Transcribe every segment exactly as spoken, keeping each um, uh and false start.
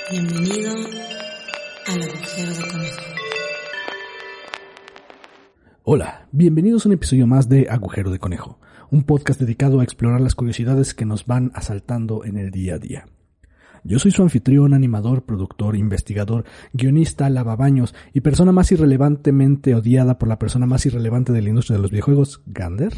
Bienvenido al agujero de conejo. Hola, bienvenidos a un episodio más de Agujero de Conejo, un podcast dedicado a explorar las curiosidades que nos van asaltando en el día a día. Yo soy su anfitrión, animador, productor, investigador, guionista, lavabaños y persona más irrelevantemente odiada por la persona más irrelevante de la industria de los videojuegos, Gander.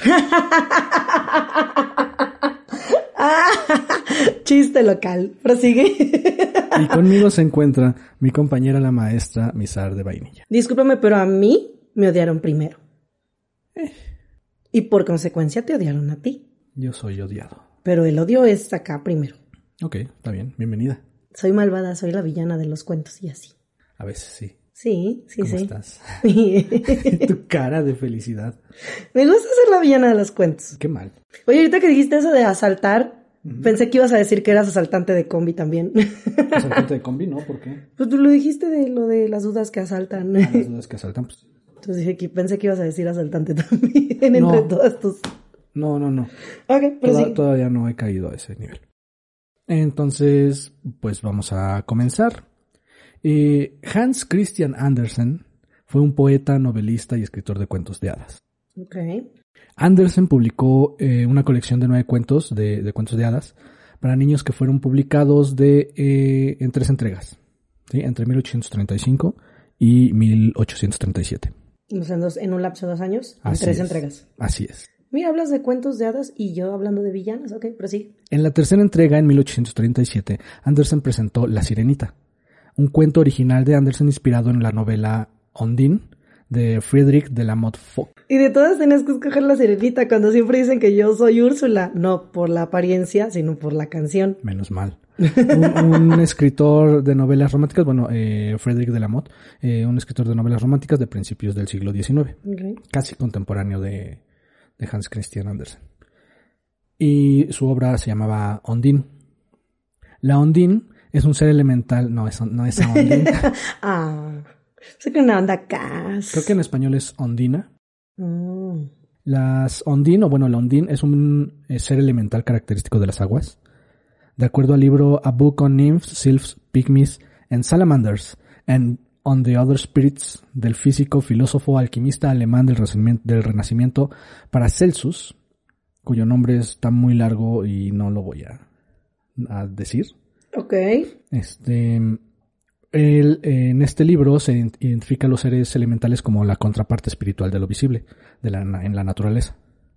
Chiste local, prosigue. Y conmigo se encuentra mi compañera la maestra Mizar de Vainilla. Discúlpame, pero a mí me odiaron primero. Eh. Y por consecuencia te odiaron a ti. Yo soy odiado. Pero el odio es acá primero. Ok, está bien, bienvenida. Soy malvada, soy la villana de los cuentos y así. A veces sí. Sí, sí, ¿Cómo sí. estás? Tu cara de felicidad. Me gusta ser la villana de los cuentos. Qué mal. Oye, ahorita que dijiste eso de asaltar, uh-huh. Pensé que ibas a decir que eras asaltante de combi también. ¿Asaltante de combi? No, ¿por qué? Pues tú lo dijiste de lo de las dudas que asaltan. Ah, las dudas que asaltan, pues. Entonces dije que pensé que ibas a decir asaltante también no. entre todas tus... No, no, no. Ok, pero Toda, sí. Todavía no he caído a ese nivel. Entonces, pues vamos a comenzar. Eh, Hans Christian Andersen fue un poeta, novelista y escritor de cuentos de hadas. Okay. Andersen publicó eh, una colección de nueve cuentos de, de cuentos de hadas para niños que fueron publicados de eh, en tres entregas, ¿sí? Entre mil ochocientos treinta y cinco y mil ochocientos treinta y siete. O sea, en, dos, en un lapso de dos años, en Así tres es. entregas. Así es. Mira, hablas de cuentos de hadas y yo hablando de villanas, ok, pero sí. En la tercera entrega, en mil ochocientos treinta y siete, Andersen presentó La Sirenita, un cuento original de Andersen inspirado en la novela Ondine de Friedrich de la Motte Fouqué. Y de todas tenías que escoger La Sirenita cuando siempre dicen que yo soy Úrsula, no por la apariencia, sino por la canción. Menos mal. un, un escritor de novelas románticas, bueno, eh, Friedrich de la Motte, eh, un escritor de novelas románticas de principios del siglo diecinueve, okay. Casi contemporáneo de, de Hans Christian Andersen. Y su obra se llamaba Ondine. La Ondine es un ser elemental, no es, no es Ondine. Ah, sé que una onda cas. Creo que en español es Ondina. Mm. Las Ondine, o bueno, la Ondine es un es ser elemental característico de las aguas. De acuerdo al libro A Book on Nymphs, Sylphs, Pygmies and Salamanders and on the Other Spirits del físico, filósofo, alquimista alemán del Renacimiento, del Renacimiento Paracelsus, cuyo nombre está muy largo y no lo voy a, a decir. Ok. Este, él, en este libro se identifica a los seres elementales como la contraparte espiritual de lo visible de la, en la naturaleza.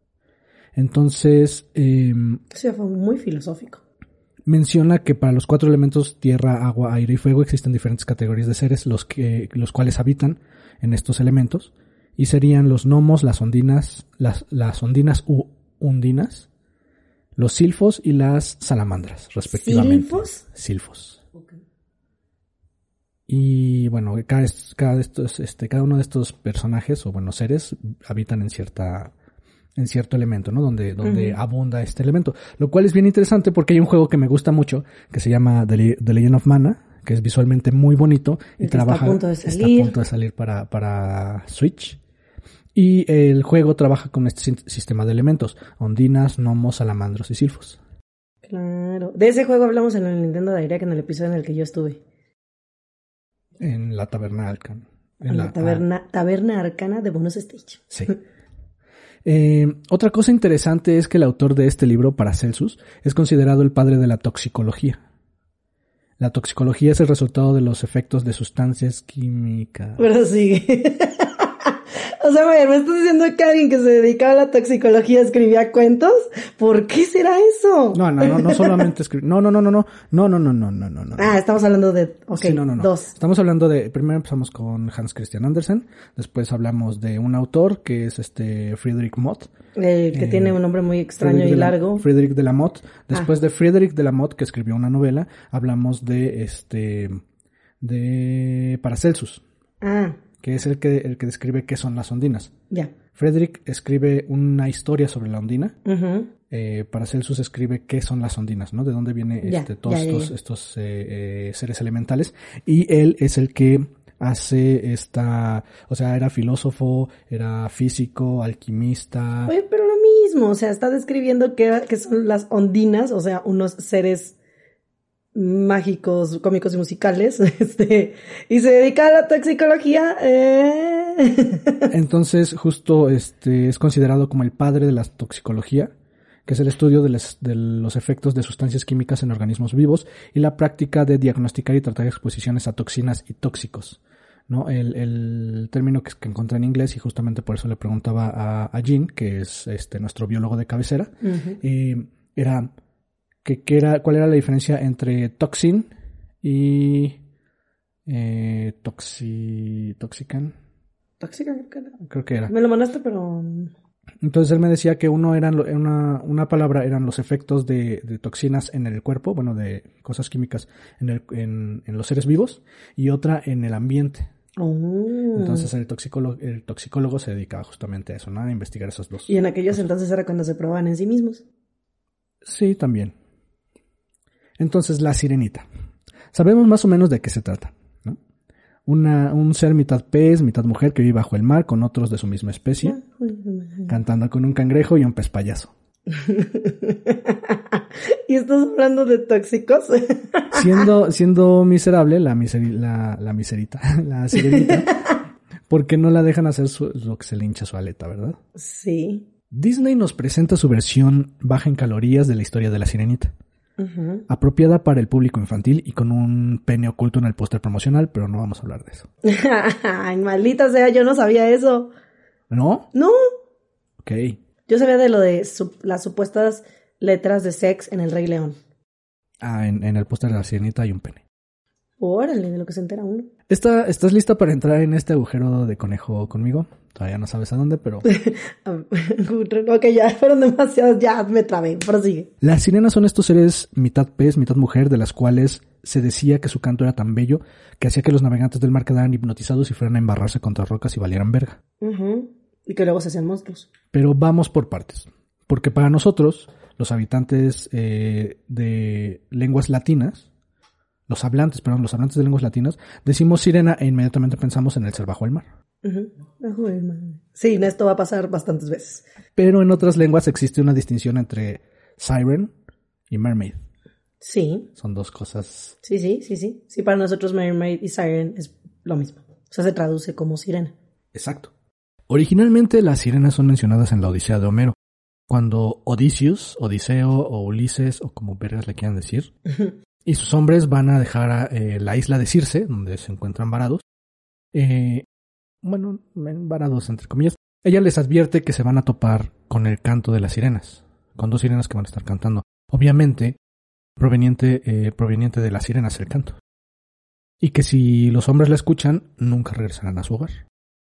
Entonces, eh, sí, fue muy filosófico. Menciona que para los cuatro elementos tierra, agua, aire y fuego existen diferentes categorías de seres los que los cuales habitan en estos elementos y serían los gnomos, las ondinas, las las ondinas u undinas, los silfos y las salamandras, respectivamente. ¿Silfos? Silfos. Okay. Y bueno, cada, cada, de estos, este, cada uno de estos personajes o bueno seres habitan en cierta en cierto elemento, ¿no? Donde, donde uh-huh. abunda este elemento. Lo cual es bien interesante porque hay un juego que me gusta mucho que se llama The, Le- The Legend of Mana, que es visualmente muy bonito y, y trabaja, está a punto de salir, está a punto de salir para, para Switch. Y el juego trabaja con este sistema de elementos: ondinas, gnomos, salamandros y silfos. Claro. De ese juego hablamos en el Nintendo Direct, en el episodio en el que yo estuve. En la taberna arcana. En, en la, la taberna, ah. taberna arcana de Bonus Stage. Sí. Eh, otra cosa interesante es que el autor de este libro, Paracelsus, es considerado el padre de la toxicología. La toxicología es el resultado de los efectos de sustancias químicas. Pero sigue. O sea, me estás diciendo que alguien que se dedicaba a la toxicología escribía cuentos. ¿Por qué será eso? No, no, no, no solamente escribir. No, no, no, no, no, no, no, no, no, no, no, no. Ah, estamos hablando de, okay, sí, no, no, no. Dos. Estamos hablando de, primero empezamos con Hans Christian Andersen, después hablamos de un autor que es este Friedrich Motte. El que eh, tiene un nombre muy extraño Friedrich y largo. La, Friedrich de la Motte. Después ah. de Friedrich de la Motte, que escribió una novela, hablamos de este, de Paracelsus. Ah. Que es el que el que describe qué son las ondinas. Ya. Yeah. Friedrich escribe una historia sobre la ondina. Uh-huh. Eh, Paracelsus escribe qué son las ondinas, ¿no? De dónde vienen yeah, este, todos yeah, estos, yeah. estos eh, eh, seres elementales. Y él es el que hace esta... O sea, era filósofo, era físico, alquimista... Oye, pero lo mismo, o sea, está describiendo qué, qué son las ondinas, o sea, unos seres mágicos, cómicos y musicales, este, y se dedica a la toxicología. Eh. Entonces, justo este es considerado como el padre de la toxicología, que es el estudio de, les, de los efectos de sustancias químicas en organismos vivos y la práctica de diagnosticar y tratar exposiciones a toxinas y tóxicos, ¿no? El, el término que, que encontré en inglés, y justamente por eso le preguntaba a, a Jean, que es este nuestro biólogo de cabecera, uh-huh. eh, era, que, que era cuál era la diferencia entre toxin y eh, toxi, toxican. Toxican, creo que era. Creo que era. Me lo mandaste, pero... Entonces él me decía que uno eran una, una palabra eran los efectos de, de toxinas en el cuerpo, bueno, de cosas químicas en, el, en, en los seres vivos, y otra en el ambiente. Oh. Entonces el toxicólogo, el toxicólogo se dedicaba justamente a eso, ¿no? A investigar esos dos. Y en aquellos cosas. Entonces era cuando se probaban en sí mismos. Sí, también. Entonces, la sirenita. Sabemos más o menos de qué se trata, ¿no? Una, un ser mitad pez, mitad mujer que vive bajo el mar con otros de su misma especie, cantando con un cangrejo y un pez payaso. ¿Y estás hablando de tóxicos? Siendo, siendo miserable la, miseri, la, la miserita, la sirenita, porque no la dejan hacer su, lo que se le hincha su aleta, ¿verdad? Sí. Disney nos presenta su versión baja en calorías de la historia de la sirenita. Uh-huh. Apropiada para el público infantil y con un pene oculto en el póster promocional, pero no vamos a hablar de eso. Ay, maldita sea, yo no sabía eso. ¿No? No. Ok. Yo sabía de lo de su, las supuestas letras de sex en El Rey León. Ah, en, en el póster de la sirenita hay un pene. Órale, de lo que se entera uno. ¿Está, ¿Estás lista para entrar en este agujero de conejo conmigo? Todavía no sabes a dónde, pero... Ok, ya fueron demasiados, ya me trabé, prosigue. Las sirenas son estos seres mitad pez, mitad mujer, de las cuales se decía que su canto era tan bello que hacía que los navegantes del mar quedaran hipnotizados y fueran a embarrarse contra rocas y valieran verga. Uh-huh. Y que luego se hacían monstruos. Pero vamos por partes. Porque para nosotros, los habitantes eh, de lenguas latinas, los hablantes, perdón, los hablantes de lenguas latinas, decimos sirena e inmediatamente pensamos en el ser bajo el mar. Uh-huh. Bajo el mar. Sí, esto va a pasar bastantes veces. Pero en otras lenguas existe una distinción entre siren y mermaid. Sí. Son dos cosas. Sí, sí, sí, sí. Sí, para nosotros mermaid y siren es lo mismo. O sea, se traduce como sirena. Exacto. Originalmente las sirenas son mencionadas en la Odisea de Homero, cuando Odysseus, Odiseo o Ulises, o como vergas le quieran decir, uh-huh. y sus hombres van a dejar a, eh, la isla de Circe, donde se encuentran varados. Eh, bueno, varados entre comillas. Ella les advierte que se van a topar con el canto de las sirenas, con dos sirenas que van a estar cantando. Obviamente, proveniente, eh, proveniente de las sirenas el canto. Y que si los hombres la escuchan, nunca regresarán a su hogar.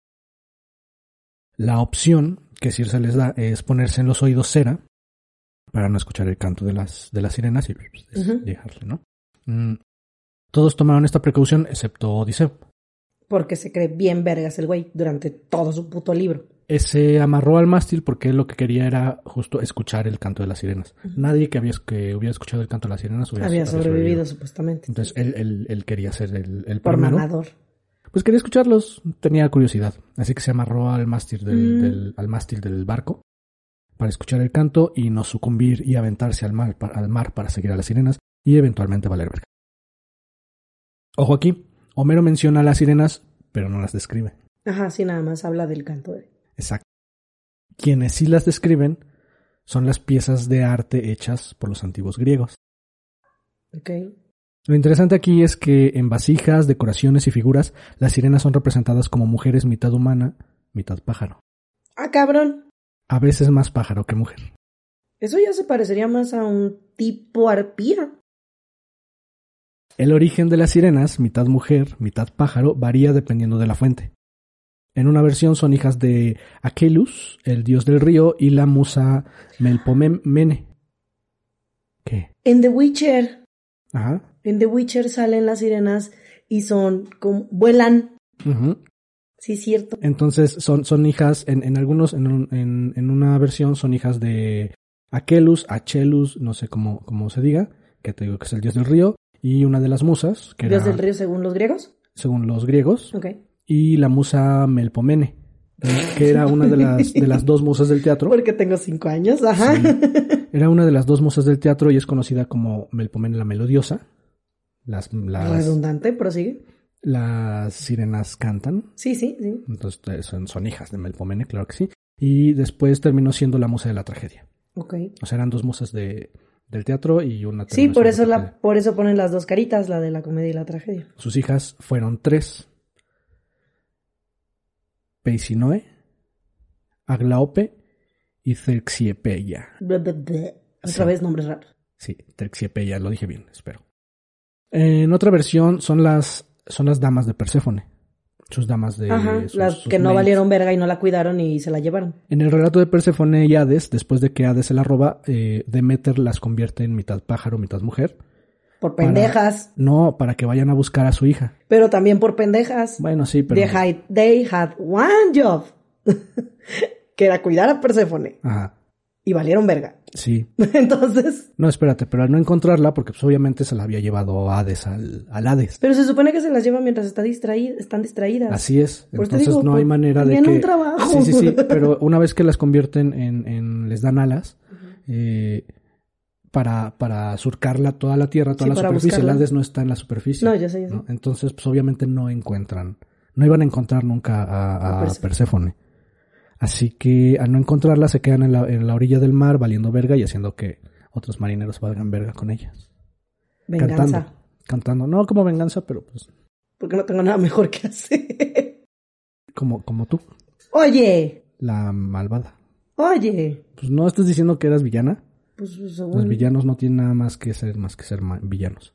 La opción que Circe les da es ponerse en los oídos cera para no escuchar el canto de las, de las sirenas y uh-huh. dejarle, ¿no? Mm, todos tomaron esta precaución excepto Odiseo. Porque se cree bien vergas el güey durante todo su puto libro. Se amarró al mástil porque él lo que quería era justo escuchar el canto de las sirenas. Uh-huh. Nadie que, había, que hubiera escuchado el canto de las sirenas hubiera había sobrevivido, sobrevivido, supuestamente. Entonces él, él, él quería ser el, el Por primero. mamador. Pues quería escucharlos, tenía curiosidad. Así que se amarró al mástil del, mm. del, al mástil del barco para escuchar el canto y no sucumbir y aventarse al mar, para, al mar para seguir a las sirenas y eventualmente valer verga. Ojo aquí, Homero menciona a las sirenas, pero no las describe. Ajá, sí, nada más habla del canto de... Exacto. Quienes sí las describen son las piezas de arte hechas por los antiguos griegos. Ok. Lo interesante aquí es que en vasijas, decoraciones y figuras, las sirenas son representadas como mujeres mitad humana, mitad pájaro. ¡Ah, cabrón! A veces más pájaro que mujer. Eso ya se parecería más a un tipo arpía. El origen de las sirenas, mitad mujer, mitad pájaro, varía dependiendo de la fuente. En una versión son hijas de Aquelus, el dios del río, y la musa Melpomene. ¿Qué? En The Witcher. Ajá. En The Witcher salen las sirenas y son como... vuelan. Uh-huh. Sí, cierto. Entonces son, son hijas, en, en algunos, en, un, en, en una versión son hijas de Aquelus, Achelus, no sé cómo, cómo se diga, que te digo que es el dios del río, y una de las musas, que ¿Dios era, del río según los griegos? Según los griegos. Ok. Y la musa Melpomene, que era una de las, de las dos musas del teatro. Porque tengo cinco años, ajá. Sí. Era una de las dos musas del teatro y es conocida como Melpomene la Melodiosa. Las, las, Redundante, prosigue. Las sirenas cantan. Sí, sí, sí. Entonces son, son hijas de Melpomene, claro que sí. Y después terminó siendo la musa de la tragedia. Ok. O sea, eran dos musas de, del teatro y una... Sí, por eso, la, por eso ponen las dos caritas, la de la comedia y la tragedia. Sus hijas fueron tres. Peisinoe, Aglaope y Cerxiepeia. Ble, ble, ble. Otra Sí. vez nombres raros. Sí, Cerxiepeia, lo dije bien, espero. En otra versión son las, son las damas de Perséfone. Sus damas de... Ajá, sus, las sus que no maids. valieron verga y no la cuidaron y se la llevaron. En el relato de Perséfone y Hades, después de que Hades se la roba, eh, Deméter las convierte en mitad pájaro, mitad mujer. Por pendejas. Para, no, para que vayan a buscar a su hija. Pero también por pendejas. Bueno, sí, pero... They had, they had one job. Que era cuidar a Perséfone. Ajá, Y valieron verga. sí. Entonces... No, espérate, pero al no encontrarla, porque pues obviamente se la había llevado Hades al, al Hades. Pero se supone que se las lleva mientras está distraída, están distraídas. Así es. Por eso Entonces digo, no hay por- manera de tenían que... un trabajo. Sí, sí, sí. Pero una vez que las convierten en... en les dan alas, eh, para, para surcarla toda la tierra, toda Sí, la para superficie. El buscarla. Hades no está en la superficie. No, yo sé, yo sé. ¿no? Entonces, pues obviamente no encuentran... No iban a encontrar nunca a, a A Perséfone. Perséfone. Así que al no encontrarla se quedan en la, en la orilla del mar valiendo verga y haciendo que otros marineros valgan verga con ellas. Venganza. Cantando. Cantando. No como venganza, pero pues Porque no tengo nada mejor que hacer. como, como tú, Oye, la malvada. oye. Pues no estás diciendo que eras villana. Pues Los según... villanos no tienen nada más que ser más que ser ma- villanos.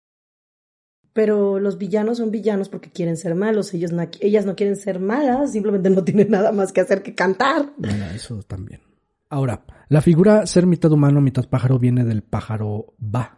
Pero los villanos son villanos porque quieren ser malos. Ellos no, ellas no quieren ser malas, simplemente no tienen nada más que hacer que cantar. Bueno, eso también. Ahora, la figura ser mitad humano, mitad pájaro viene del pájaro Ba.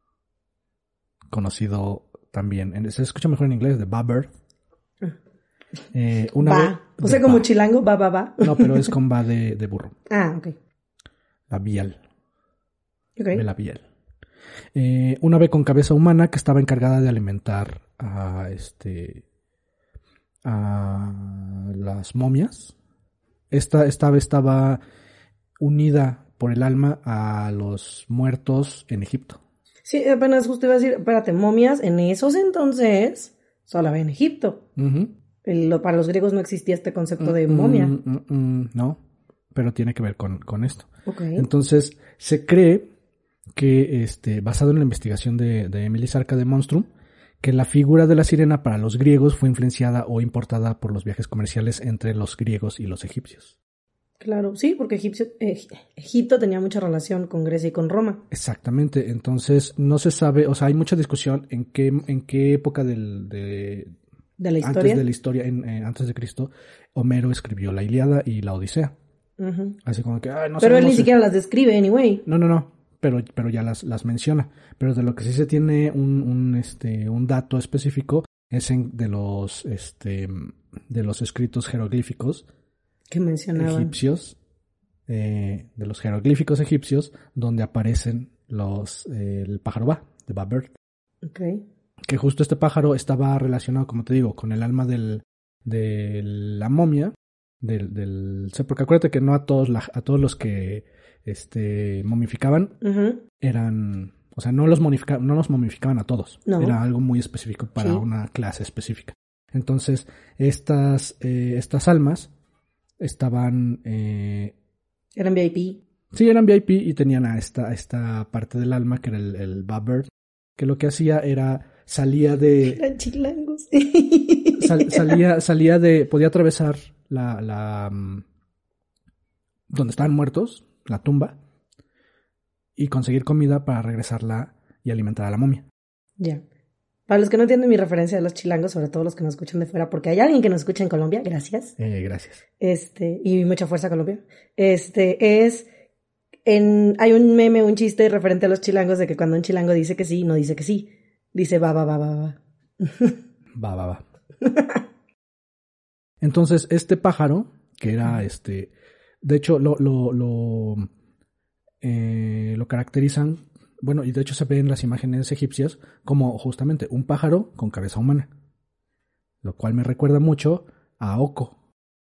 Conocido también, en- se escucha mejor en inglés, de Ba-Bird. Eh, una Va. vez- O sea, de como ba. chilango, va, va, va. No, pero es con ba de, de burro. Ah, ok. La bial. Ok. De la bial. Eh, una ave con cabeza humana que estaba encargada de alimentar a este a las momias. Esta, esta ave estaba unida por el alma a los muertos en Egipto. Sí, apenas justo iba a decir, espérate, momias, en esos entonces solo había en Egipto. Uh-huh. El- lo- para los griegos no existía este concepto de momia. Mm, mm, mm, no, pero tiene que ver con, con esto. Ok. Entonces, se cree que, este, basado en la investigación de, de Emily Sarka de Monstrum, que la figura de la sirena para los griegos fue influenciada o importada por los viajes comerciales entre los griegos y los egipcios. Claro, sí, porque Egipcio, eh, Egipto tenía mucha relación con Grecia y con Roma. Exactamente, entonces no se sabe, o sea, hay mucha discusión en qué, en qué época del, de, De la historia. antes de la historia, en, eh, antes de Cristo, Homero escribió la Ilíada y la Odisea. Ujú. Así como que, ay, no Pero él sabemos ni si- siquiera las describe, anyway. No, no, no, pero, pero ya las, las menciona. Pero de lo que sí se tiene un, un, este, un dato específico es en, de los, este, de los escritos jeroglíficos Que mencionaban. egipcios, eh, de los jeroglíficos egipcios, donde aparecen los, eh, el pájaro Ba, de Ba-Bird. Ok. Que justo este pájaro estaba relacionado, como te digo, con el alma del, de la momia, del, del, sí, porque acuérdate que no a todos, la, a todos los que, este, momificaban, Ujú. eran, o sea, no los momificaban, no los momificaban a todos. No. Era algo muy específico para Sí. una clase específica. Entonces, estas, eh, estas almas estaban, eh, Eran V I P. sí, eran V I P y tenían a esta, a esta parte del alma que era el, el Ba-Bird, que lo que hacía era, salía de, Eran chilangos. sal- salía, salía de, podía atravesar la, la, mm, donde estaban muertos, la tumba, y conseguir comida para regresarla y alimentar a la momia. Ya. Para los que no entienden mi referencia de los chilangos, sobre todo los que nos escuchan de fuera, porque hay alguien que nos escucha en Colombia, gracias. Eh, gracias. Este, y mucha fuerza Colombia. Este, es, en, hay un meme, un chiste referente a los chilangos de que cuando un chilango dice que sí, no dice que sí. Dice va, va, va, va, va. Va, va, va. Entonces, este pájaro, que era este, de hecho, lo, lo, lo, eh, lo caracterizan, bueno, y de hecho se ve en las imágenes egipcias como justamente un pájaro con cabeza humana. Lo cual me recuerda mucho a Oko,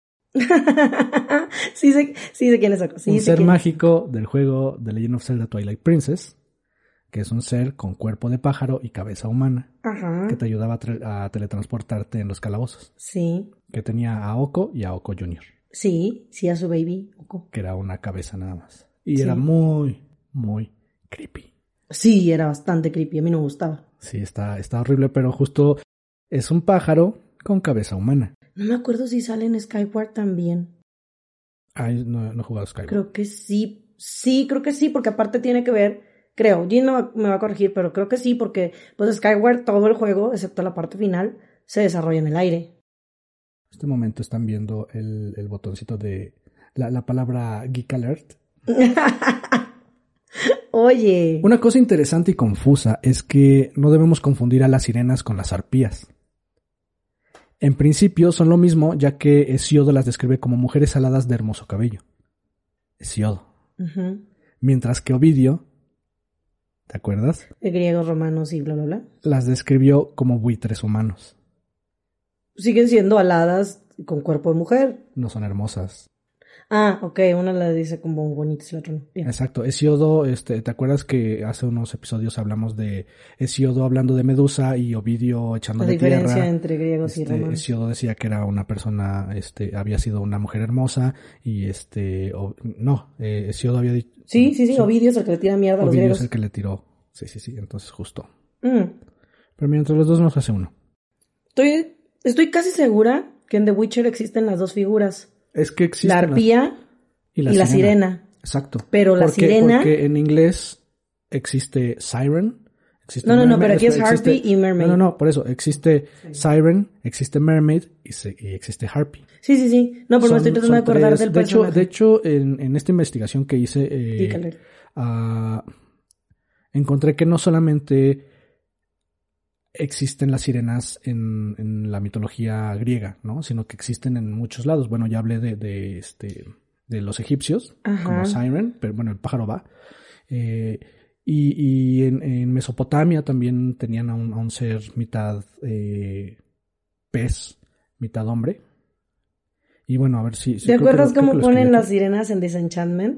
sí, sé, sí sé quién es Oko. Sí un sé ser quién es. mágico del juego The Legend of Zelda Twilight Princess, que es un ser con cuerpo de pájaro y cabeza humana, Ajá. que te ayudaba a, tre- a teletransportarte en los calabozos. Sí. Que tenía a Oko y a Oko junior, Sí, sí a su baby. Oko. que era una cabeza nada más. Y Sí. era muy, muy creepy. Sí, era bastante creepy, a mí no me gustaba. Sí, está, está horrible, pero justo es un pájaro con cabeza humana. No me acuerdo si sale en Skyward también. Ay, no, no he jugado Skyward. Creo que sí, sí, creo que sí, porque aparte tiene que ver, creo, Jin me va, me va a corregir, pero creo que sí, porque pues Skyward, todo el juego, excepto la parte final, se desarrolla en el aire. En este momento están viendo el, el botoncito de la, la palabra Geek Alert. Oye. Una cosa interesante y confusa es que no debemos confundir a las sirenas con las arpías. En principio son lo mismo, ya que Hesiodo las describe como mujeres aladas de hermoso cabello. Hesiodo. Uh-huh. Mientras que Ovidio, ¿te acuerdas? De griegos, romanos y bla, bla, bla. Las describió como buitres humanos. Siguen siendo aladas con cuerpo de mujer. No son hermosas. Ah, ok, una la dice como bonitas y la otra no. Yeah. Exacto. Hesiodo, este, ¿te acuerdas que hace unos episodios hablamos de Hesiodo hablando de Medusa y Ovidio echándole La diferencia tierra? entre griegos y Este, romanos. Hesiodo decía que era una persona, este, había sido una mujer hermosa y este, o, no, eh, Hesiodo había dicho. Sí, sí, sí, Ovidio es el que le tira mierda a los Ovidio griegos. es el que le tiró. Sí, sí, sí, entonces justo. Mm. Pero mira, entre los dos nos hace uno. Estoy, estoy casi segura que en The Witcher existen las dos figuras. Es que existen La arpía las... y la, y la sirena. sirena. Exacto. Pero la porque, sirena... Porque en inglés existe Siren. Existe No, no, no, mermaid, pero aquí es existe, Harpy y Mermaid. No, no, no, por eso. Existe Siren, existe Mermaid y, se, y existe Harpy. Sí, sí, sí. No, pero Son- me estoy tratando de son acordar tres. del de hecho, personaje. de hecho, en, en esta investigación que hice, eh, Dígale. ah, encontré que no solamente existen las sirenas en, en la mitología griega, ¿no? Sino que existen en muchos lados. Bueno, ya hablé de, de este de los egipcios, Ajá. como Siren, pero bueno, el pájaro va. Eh, y y en, en Mesopotamia también tenían a un, a un ser mitad eh, pez, mitad hombre. Y bueno, a ver si... si ¿Te creo que acuerdas lo- creo cómo que lo ponen escribí las aquí. sirenas en Disenchantment?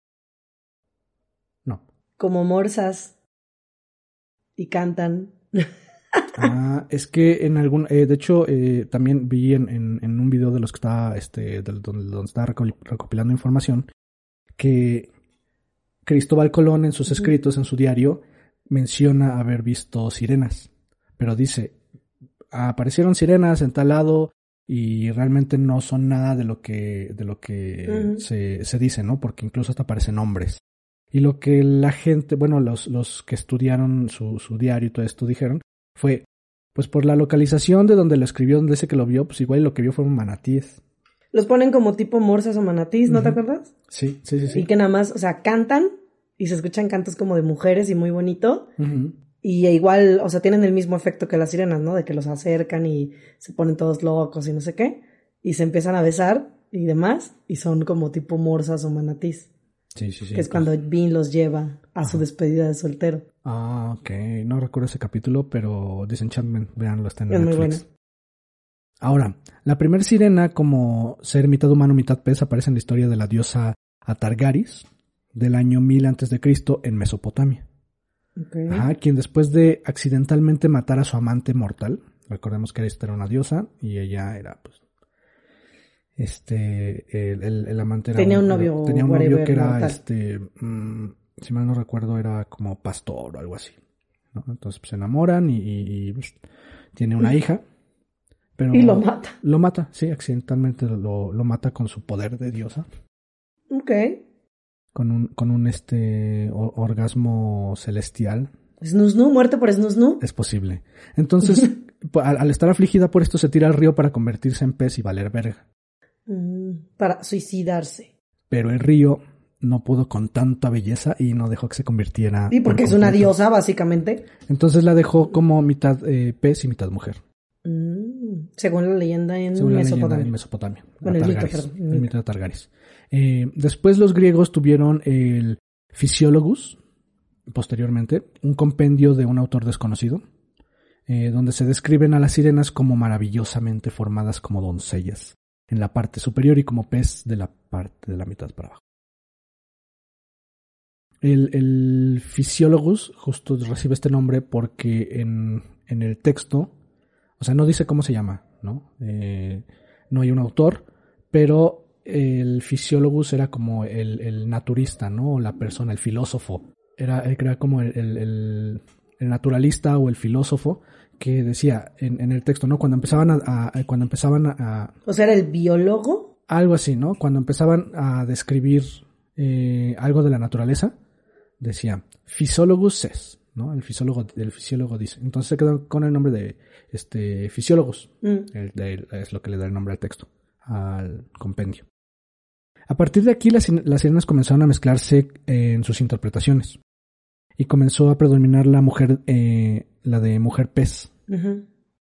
No. Como morsas. Y cantan. Ah, es que en algún... Eh, de hecho, eh, también vi en, en, en un video de los que estaba... Este, del- donde, donde estaba recopil- recopilando información, que Cristóbal Colón en sus Ujú. escritos, en su diario, menciona haber visto sirenas. Pero dice, aparecieron sirenas en tal lado y realmente no son nada de lo que, de lo que Ujú. se, se dice, ¿no? Porque incluso hasta aparecen hombres. Y lo que la gente, bueno, los, los que estudiaron su, su diario y todo esto dijeron fue, pues por la localización de donde lo escribió, donde dice que lo vio, pues igual lo que vio fueron manatíes. Los ponen como tipo morsas o manatís, ¿no te Ujú. acuerdas? Sí, sí, sí, sí. Y que nada más, o sea, cantan y se escuchan cantos como de mujeres y muy bonito. Ujú. Y igual, o sea, tienen el mismo efecto que las sirenas, ¿no? De que los acercan y se ponen todos locos y no sé qué. Y se empiezan a besar y demás. Y son como tipo morsas o manatís. Sí, sí, sí. que es pues- cuando Bean los lleva a su Ajá. despedida de soltero. Ah, ok. No recuerdo ese capítulo, pero Disenchantment, véanlo, está en Es muy Netflix. bueno. Ahora, la primer sirena como ser mitad humano, mitad pez aparece en la historia de la diosa Atargaris del año mil antes de Cristo en Mesopotamia. Okay. Ajá, quien después de accidentalmente matar a su amante mortal, recordemos que esta era una diosa y ella era, pues, este, el, el, el amante era Tenía un novio, era- tenía un novio whatever, que era, mortal. este, mm, si mal no recuerdo, era como pastor o algo así, ¿no? Entonces, pues, se enamoran y, y, y, pues, tiene una hija, pero Y lo mata. lo mata, sí, accidentalmente lo, lo mata con su poder de diosa. Ok. Con un, con un este o- orgasmo celestial. Snusnu, muerte por Snusnu. Es posible. Entonces, po- al, al estar afligida por esto, se tira al río para convertirse en pez y valer verga. Mm, para suicidarse. Pero el río no pudo con tanta belleza y no dejó que se convirtiera. Sí, porque por es una completo. diosa, básicamente. Entonces la dejó como mitad eh, pez y mitad mujer. Mm, según la leyenda en Según la leyenda Mesopotamia. en Mesopotamia. Bueno, el mito, Atargaris, perdón, el el mito. mito de Atargaris. Eh, después los griegos tuvieron el Physiologus, posteriormente, un compendio de un autor desconocido, eh, donde se describen a las sirenas como maravillosamente formadas como doncellas, en la parte superior y como pez de la parte de la mitad para abajo. El, el Physiologus justo recibe este nombre porque en, en el texto, o sea, no dice cómo se llama, ¿no? Eh, no hay un autor, pero el Physiologus era como el, el naturista, ¿no? La persona, el filósofo. Era, era como el, el, el, el naturalista o el filósofo que decía en, en el texto, ¿no? Cuando empezaban a, a cuando empezaban a, a... O sea, ¿era el biólogo? Algo así, ¿no? Cuando empezaban a describir eh, algo de la naturaleza, decía, Physiologus says, ¿no? El fisiólogo, el fisiólogo dice. Entonces se quedó con el nombre de este Physiologus. Mm. El, de, es lo que le da el nombre al texto, al compendio. A partir de aquí las, las sirenas comenzaron a mezclarse eh, en sus interpretaciones. Y comenzó a predominar la mujer, eh, la de mujer pez. Uh-huh.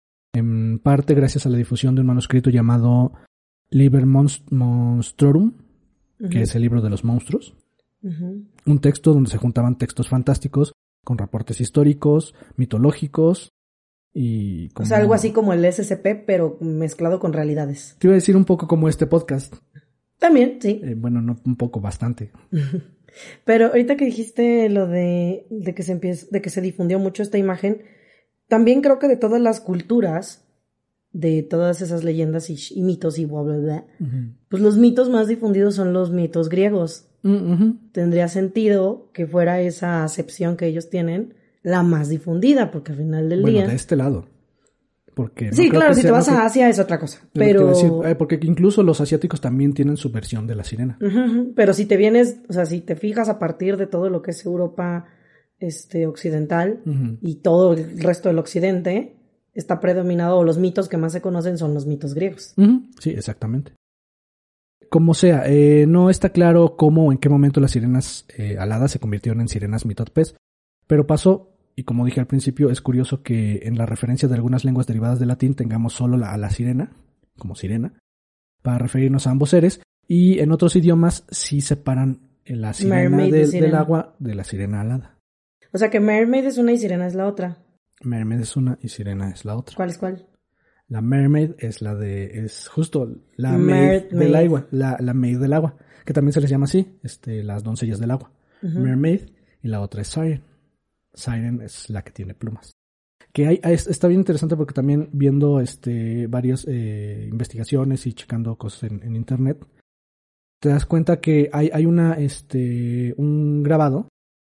En parte gracias a la difusión de un manuscrito llamado Liber Monst- Monstrorum, uh-huh. que es el libro de los monstruos. Uh-huh. Un texto donde se juntaban textos fantásticos con reportes históricos, mitológicos y... Como... O sea, algo así como el S C P, pero mezclado con realidades. Te iba a decir un poco como este podcast. También, sí. Eh, bueno, no un poco, bastante. Pero ahorita que dijiste lo de, de que se empieza, de que se difundió mucho esta imagen, también creo que de todas las culturas, de todas esas leyendas y, y mitos y bla, bla, bla, uh-huh. pues los mitos más difundidos son los mitos griegos. Uh-huh. Tendría sentido que fuera esa acepción que ellos tienen la más difundida, porque al final del bueno, día... Bueno, de este lado. Porque no sí, claro, si sea, te vas no a Asia que... es otra cosa, pero... Decir, eh, porque incluso los asiáticos también tienen su versión de la sirena. Uh-huh. Pero si te vienes, o sea, si te fijas a partir de todo lo que es Europa este, occidental uh-huh. y todo el resto del occidente, está predominado, o los mitos que más se conocen son los mitos griegos. Uh-huh. Sí, exactamente. Como sea, eh, no está claro cómo o en qué momento las sirenas eh, aladas se convirtieron en sirenas mitad pez, pero pasó. Y como dije al principio, es curioso que en la referencia de algunas lenguas derivadas del latín tengamos solo la, a la sirena, como sirena, para referirnos a ambos seres, y en otros idiomas sí separan la sirena, de, sirena del agua de la sirena alada. O sea que mermaid es una y sirena es la otra. Mermaid es una y sirena es la otra. ¿Cuál es cuál? La mermaid es la de, es justo la maid, maid del agua, la, la maid del agua, que también se les llama así, este, las doncellas del agua. Uh-huh. Mermaid, y la otra es siren. Siren es la que tiene plumas. Que hay, está bien interesante porque también viendo este varias eh, investigaciones y checando cosas en, en internet, te das cuenta que hay, hay una este un grabado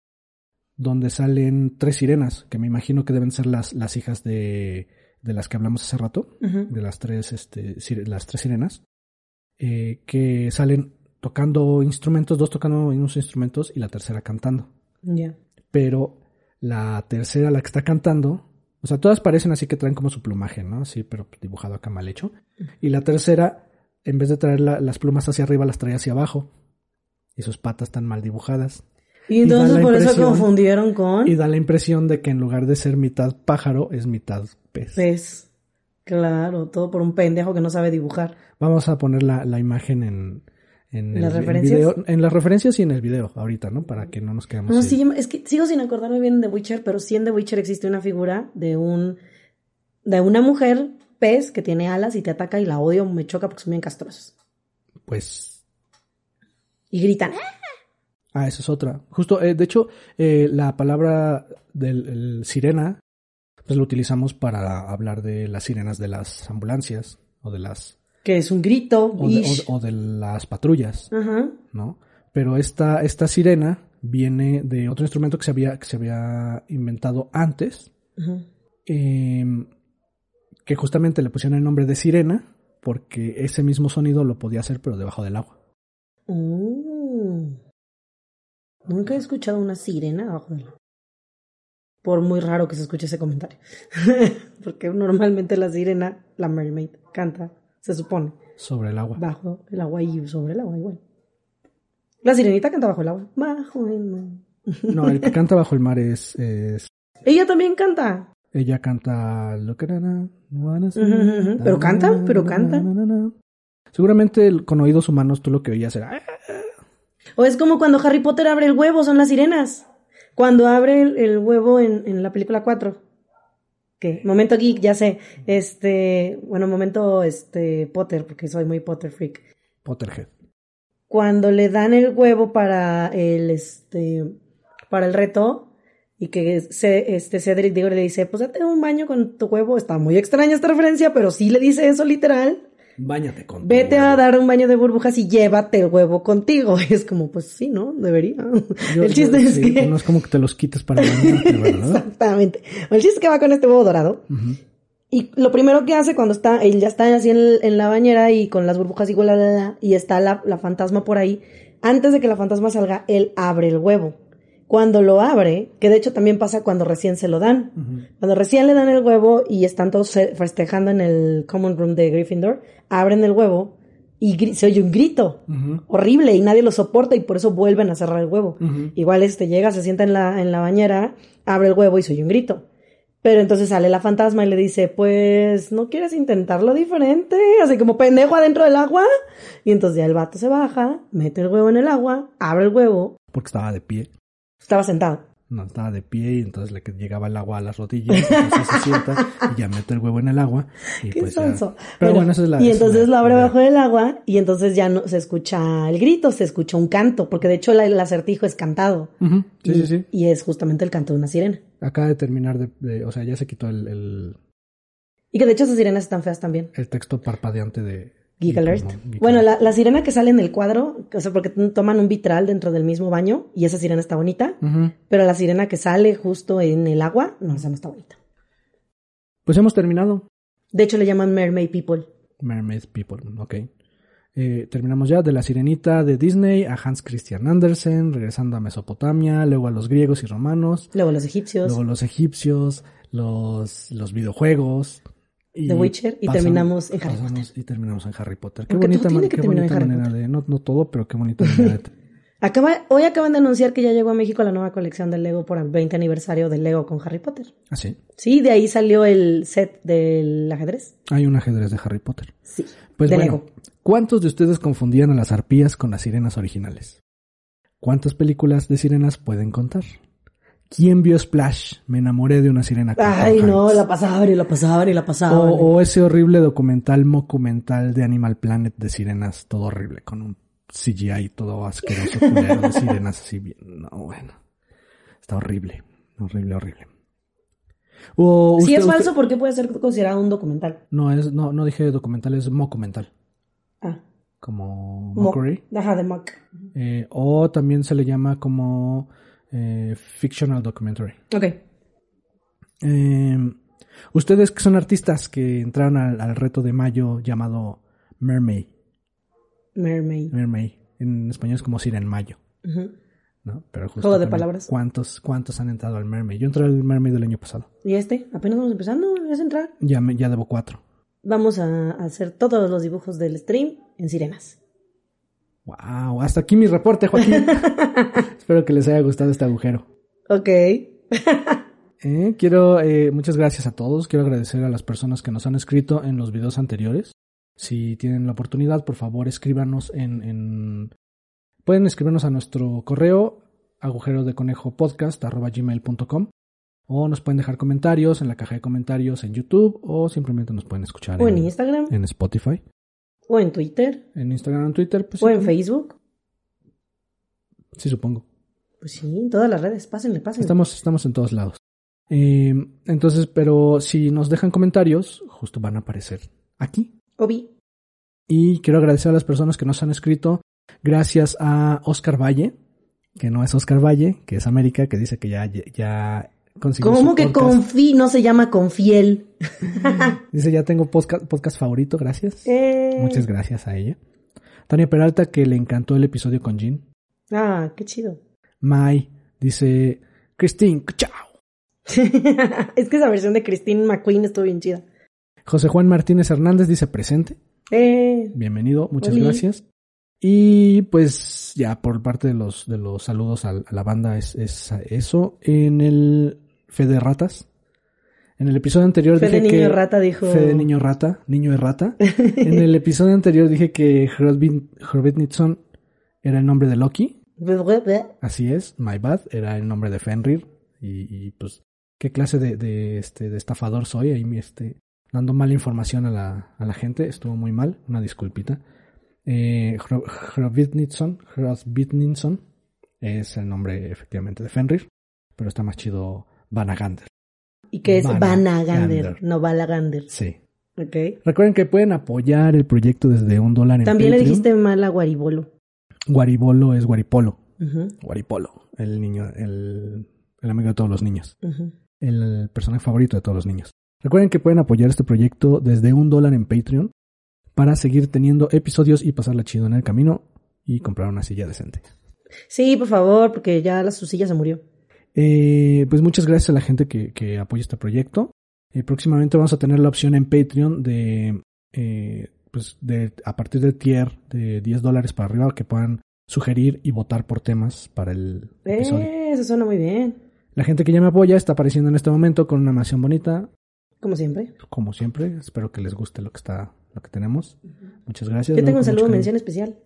donde salen tres sirenas, que me imagino que deben ser las, las hijas de, de las que hablamos hace rato, uh-huh. de las tres, este, sire, las tres sirenas, eh, que salen tocando instrumentos, dos tocando unos instrumentos y la tercera cantando. Ya. Yeah. Pero la tercera, la que está cantando, o sea, todas parecen así que traen como su plumaje, ¿no? Sí, pero dibujado acá mal hecho. Y la tercera, en vez de traer la, las plumas hacia arriba, las trae hacia abajo. Y sus patas están mal dibujadas. Y entonces y por eso confundieron con... Y da la impresión de que en lugar de ser mitad pájaro, es mitad pez. Pez. Claro, todo por un pendejo que no sabe dibujar. Vamos a poner la, la imagen en... En, ¿En el, las referencias? En, video, en las referencias y en el video ahorita, ¿no? Para que no nos quedemos... No, sí, es que sigo sin acordarme bien de The Witcher, pero sí en The Witcher existe una figura de un de una mujer pez que tiene alas y te ataca y la odio, me choca porque son bien castrosos. Pues... Y gritan... Ah, esa es otra. Justo, eh, de hecho, eh, la palabra del el sirena, pues lo utilizamos para hablar de las sirenas de las ambulancias o de las... Que es un grito. O de, o, o de las patrullas, uh-huh. ¿no? Pero esta, esta sirena viene de otro instrumento que se había, que se había inventado antes, uh-huh. eh, que justamente le pusieron el nombre de sirena porque ese mismo sonido lo podía hacer pero debajo del agua. Uh, nunca he escuchado una sirena debajo del agua. Por muy raro que se escuche ese comentario. Porque normalmente la sirena, la mermaid, canta... Se supone. Sobre el agua. Bajo el agua y sobre el agua igual. La sirenita canta bajo el agua. Bajo el mar. No, el que canta bajo el mar es... es... Ella también canta. Ella canta... Look at Anna, uh-huh. Pero canta, pero canta. Seguramente con oídos humanos tú lo que oías era... O es como cuando Harry Potter abre el huevo, son las sirenas. Cuando abre el, el huevo en, en la película cuatro. ¿Qué? Momento geek, ya sé. Este, bueno, momento este Potter, porque soy muy Potter freak. Potterhead. Cuando le dan el huevo para el este para el reto y que se, este Cedric Diggory le dice, pues date un baño con tu huevo. Está muy extraña esta referencia, pero sí le dice eso literal. Báñate con tu Vete huevo. a dar un baño de burbujas y llévate el huevo contigo. Y es como, pues sí, ¿no? Debería. Yo, el chiste yo, es sí, que... no es como que te los quites para bañarte, ¿verdad? Exactamente. El chiste es que va con este huevo dorado. Uh-huh. Y lo primero que hace cuando está, él ya está así en, en la bañera y con las burbujas y, la, la, la, y está la, la fantasma por ahí, antes de que la fantasma salga, él abre el huevo. Cuando lo abre, que de hecho también pasa cuando recién se lo dan, uh-huh. Cuando recién le dan el huevo y están todos festejando en el common room de Gryffindor, abren el huevo y gr- se oye un grito uh-huh. horrible y nadie lo soporta y por eso vuelven a cerrar el huevo. Uh-huh. Igual este llega, se sienta en la, en la bañera, abre el huevo y se oye un grito. Pero entonces sale la fantasma y le dice, pues, ¿no quieres intentarlo diferente? Así como pendejo adentro del agua. Y entonces ya el vato se baja, mete el huevo en el agua, abre el huevo. Porque estaba de pie. Estaba sentado. No, estaba de pie y entonces le llegaba el agua a las rodillas. Entonces se sienta y ya mete el huevo en el agua. Y Qué pues sonso. ya... Pero bueno, bueno, esa es la... Y entonces la, lo abre la... bajo del agua y entonces ya no se escucha el grito, se escucha un canto. Porque de hecho la, el acertijo es cantado. Uh-huh. Sí, y, sí, sí. Y es justamente el canto de una sirena. Acaba de terminar de... de o sea, ya se quitó el, el... Y que de hecho esas sirenas están feas también. El texto parpadeante de... Geek Alert. Bueno, la, la sirena que sale en el cuadro, o sea, porque toman un vitral dentro del mismo baño y esa sirena está bonita, uh-huh. Pero la sirena que sale justo en el agua, no, esa no está bonita. Pues hemos terminado. De hecho le llaman Mermaid People. Mermaid People, ok. Eh, terminamos ya de la sirenita de Disney a Hans Christian Andersen, regresando a Mesopotamia, luego a los griegos y romanos. Luego a los egipcios. Luego los egipcios, los, los videojuegos. Y The Witcher y pasamos, terminamos en Harry Potter. Y terminamos en Harry Potter. Qué Porque bonita, man, qué bonita manera Potter. de... No, no todo, pero qué bonita manera de... Acaba, hoy acaban de anunciar que ya llegó a México la nueva colección del Lego por el veinte aniversario del Lego con Harry Potter. ¿Ah, sí? Sí, de ahí salió el set del ajedrez. Hay un ajedrez de Harry Potter. Sí, pues de bueno, Lego. ¿Cuántos de ustedes confundían a las arpías con las sirenas originales? ¿Cuántas películas de sirenas pueden contar? ¿Quién vio Splash? Me enamoré de una sirena. Ay, no, la pasaban y la pasaban y la pasaban. O, o ese horrible documental, documental de Animal Planet de sirenas, todo horrible, con un C G I todo asqueroso, culero de sirenas así bien. No, bueno. Está horrible, horrible, horrible. O si usted, es falso, usted... ¿por qué puede ser considerado un documental? No, es, no, no dije documental, es mocumental. Ah. Como mockery. Mo- Ajá, de mock. Eh, o también se le llama como eh, fictional documentary. Ok. Eh, ustedes que son artistas que entraron al, al reto de mayo llamado Mermaid. Mermaid. Mermaid. En español es como Siren Mayo. Uh-huh. ¿No? Pero justo Juego de palabras. ¿Cuántos, ¿Cuántos han entrado al Mermaid? Yo entré al Mermaid del año pasado. ¿Y este? Apenas vamos empezando, ¿vas a entrar? Ya, me, ya debo cuatro. Vamos a hacer todos los dibujos del stream en sirenas. Wow, hasta aquí mi reporte, Joaquín. Espero que les haya gustado este agujero. Ok. eh, quiero, eh, muchas gracias a todos. Quiero agradecer a las personas que nos han escrito en los videos anteriores. Si tienen la oportunidad, por favor, escríbanos en, en... Pueden escribirnos a nuestro correo agujerodeconejopodcast arroba gmail punto com o nos pueden dejar comentarios en la caja de comentarios en YouTube o simplemente nos pueden escuchar o en, en Instagram en Spotify o en Twitter en Instagram o en Twitter pues, o sí, en Facebook. Sí, supongo. Pues sí, en todas las redes, pásenle, pásenle. Estamos, estamos en todos lados. Eh, entonces, pero si nos dejan comentarios, justo van a aparecer aquí. Obi. Y quiero agradecer a las personas que nos han escrito. Gracias a Oscar Valle, que no es Oscar Valle, que es América, que dice que ya, ya consiguió ¿Cómo su que podcast. confí? No se llama Confiel. Dice, ya tengo podcast, podcast favorito, gracias. Eh. Muchas gracias a ella. Tania Peralta, que le encantó el episodio con Jean. Ah, qué chido. Mai dice, Christine, chao. Es que esa versión de Christine McQueen estuvo bien chida. José Juan Martínez Hernández dice presente. Eh. Bienvenido, muchas Oli. gracias. Y pues ya por parte de los de los saludos a, a la banda es, es eso. En el Fede Ratas, en el episodio anterior Fede dije que... Niño Rata dijo... Fede Niño Rata, Niño de Rata. En el episodio anterior dije que Hrothgar era el nombre de Loki. Así es, my bad, era el nombre de Fenrir. Y, y pues, ¿qué clase de, de, este, de estafador soy? Ahí este, dando mala información a la, a la gente. Estuvo muy mal, una disculpita. Eh, Hrothgar es el nombre efectivamente de Fenrir, pero está más chido Vanagander. ¿Y qué es Vanagander? Vanagander? No Valagander. Sí. Ok. Recuerden que pueden apoyar el proyecto desde un dólar en También Patreon. le dijiste mal a Guaribolo. Guaribolo es Guaripolo. Uh-huh. Guaripolo, el niño, el, el amigo de todos los niños. Uh-huh. El personaje favorito de todos los niños. Recuerden que pueden apoyar este proyecto desde un dólar en Patreon para seguir teniendo episodios y pasarla chido en el camino y comprar una silla decente. Sí, por favor, porque ya la su silla se murió. Eh, pues muchas gracias a la gente que, que apoya este proyecto. Eh, próximamente vamos a tener la opción en Patreon de, eh, pues de a partir del tier de diez dólares para arriba que puedan sugerir y votar por temas para el Eh, episodio. Eso suena muy bien. La gente que ya me apoya está apareciendo en este momento con una animación bonita. Como siempre. Como siempre, espero que les guste lo que está, lo que tenemos. Muchas gracias. Yo tengo ¿no? un Con saludo, mucho mención especial.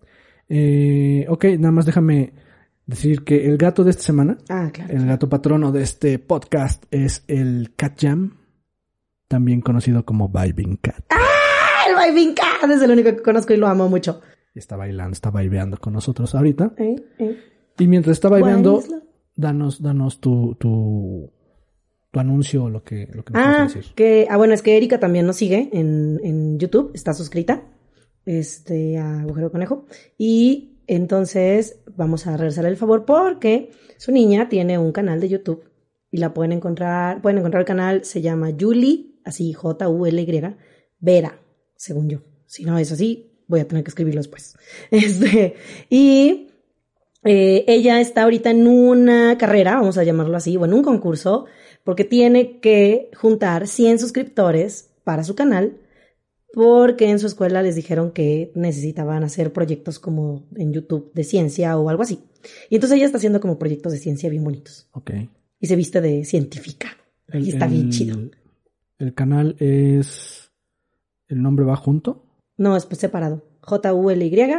Eh, ok, nada más déjame decir que el gato de esta semana, Ah, claro. el gato patrono de este podcast es el Cat Jam, también conocido como Vibing Cat. ¡Ah! El Vibing Cat es el único que conozco y lo amo mucho. Está bailando, está vibeando con nosotros ahorita. ¿Eh? ¿Eh? Y mientras está vibeando, Guaislo. danos, danos tu, tu, tu anuncio o lo que, lo que nos Ah, quieras decir. que, ah, bueno, es que Erika también nos sigue en, en YouTube, está suscrita, este, a Agujero Conejo, y entonces vamos a regresarle el favor porque su niña tiene un canal de YouTube y la pueden encontrar, pueden encontrar el canal, se llama Julie, así J U L Y, Vera, según yo. Si no es así, voy a tener que escribirlo después. Este, y eh, ella está ahorita en una carrera, vamos a llamarlo así, o en un concurso, porque tiene que juntar cien suscriptores para su canal, porque en su escuela les dijeron que necesitaban hacer proyectos como en YouTube de ciencia o algo así. Y entonces ella está haciendo como proyectos de ciencia bien bonitos. Ok. Y se viste de científica. El, y está el, bien chido. El canal es... ¿El nombre va junto? No, es pues separado. J U L Y.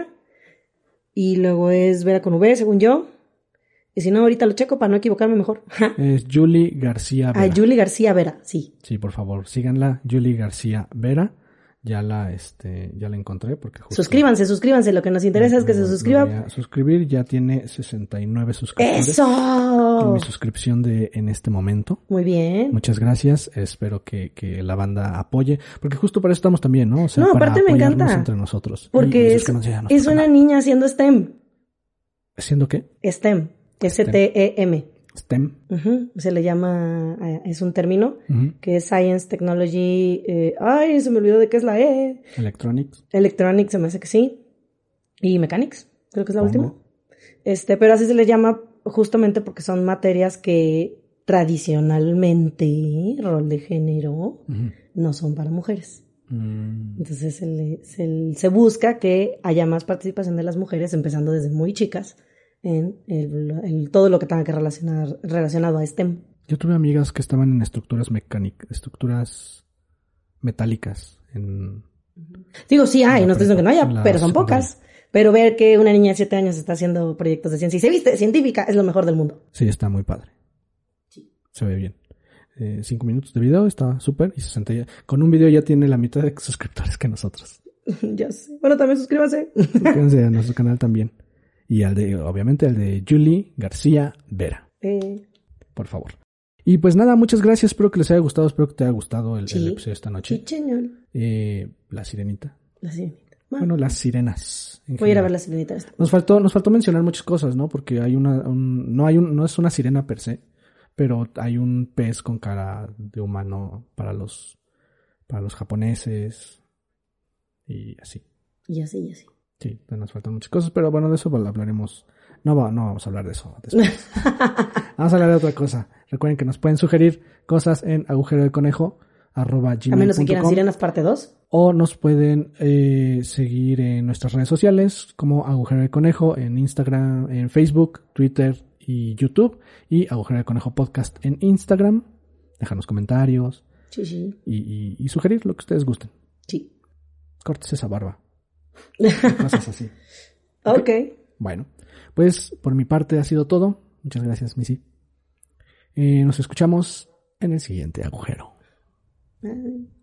Y luego es Vera con V, según yo. Y si no, ahorita lo checo para no equivocarme mejor. Es Julie García Vera. Ah, Julie García Vera, sí. Sí, por favor, síganla, Julie García Vera. Ya la, este, ya la encontré porque justo... Suscríbanse, suscríbanse. Lo que nos interesa es que se suscriban. Voy a suscribir, ya tiene sesenta y nueve suscriptores. ¡Eso! En mi suscripción de en este momento. Muy bien. Muchas gracias, espero que, que la banda apoye, porque justo para eso estamos también, ¿no? O sea, No, para aparte me apoyarnos encanta. entre nosotros. Porque Y- y es, suscríbanse a nuestro es una canal. niña haciendo STEM. ¿Haciendo qué? STEM. S T E M. STEM. Ujú, se le llama, eh, es un término Ujú. que es Science, Technology, eh, ay, se me olvidó de qué es la E. Electronics. Electronics, se me hace que sí. Y Mechanics, creo que es la Pongo. última. Este, pero así se les llama justamente porque son materias que tradicionalmente, rol de género, Ujú. no son para mujeres. Mm, Entonces se, le- se, se busca que haya más participación de las mujeres, empezando desde muy chicas, en el, el- todo lo que tenga que relacionar relacionado a STEM. Yo tuve amigas que estaban en estructuras mecánicas, estructuras metálicas. En... Digo, sí hay, En la no estoy diciendo que no prepa- haya, en la pero son secundaria. pocas. Pero ver que una niña de siete años está haciendo proyectos de ciencia y se viste científica es lo mejor del mundo. Sí, está muy padre. Se ve bien. Eh, cinco minutos de video, está súper. Y sesenta ya. Con un video ya tiene la mitad de suscriptores que nosotros. Ya sé. Bueno, también suscríbanse. Suscríbanse a nuestro canal también. Y al de, obviamente, al de Julie García Vera. Eh, Por favor. Y pues nada, muchas gracias. Espero que les haya gustado. Espero que te haya gustado el, Sí. el episodio de esta noche. sí, señor. Eh, la sirenita. La sirenita. Bueno, Bueno, las sirenas. en voy a ir a general. ver la sirenita. esta. Nos faltó, nos faltó mencionar muchas cosas, ¿no? Porque hay una, un- no hay un, no es una sirena per se, pero hay un pez con cara de humano para los, para los japoneses y así. Y así, y así. Sí, pues nos faltan muchas cosas, pero bueno, de eso hablaremos. No, va, no vamos a hablar de eso después. Vamos a hablar de otra cosa. Recuerden que nos pueden sugerir cosas en agujero de conejo arroba A gmail menos que punto quieran com. sirenas parte dos. O nos pueden eh, seguir en nuestras redes sociales como Agujero de Conejo en Instagram, en Facebook, Twitter y YouTube. Y Agujero de Conejo Podcast en Instagram. Déjanos comentarios Sí, sí. y, y, y sugerir lo que ustedes gusten. Sí. Cortes esa barba. Cosas así. Ok. Bueno, pues por mi parte ha sido todo. Muchas gracias, Missy. Eh, nos escuchamos en el siguiente agujero. Bye.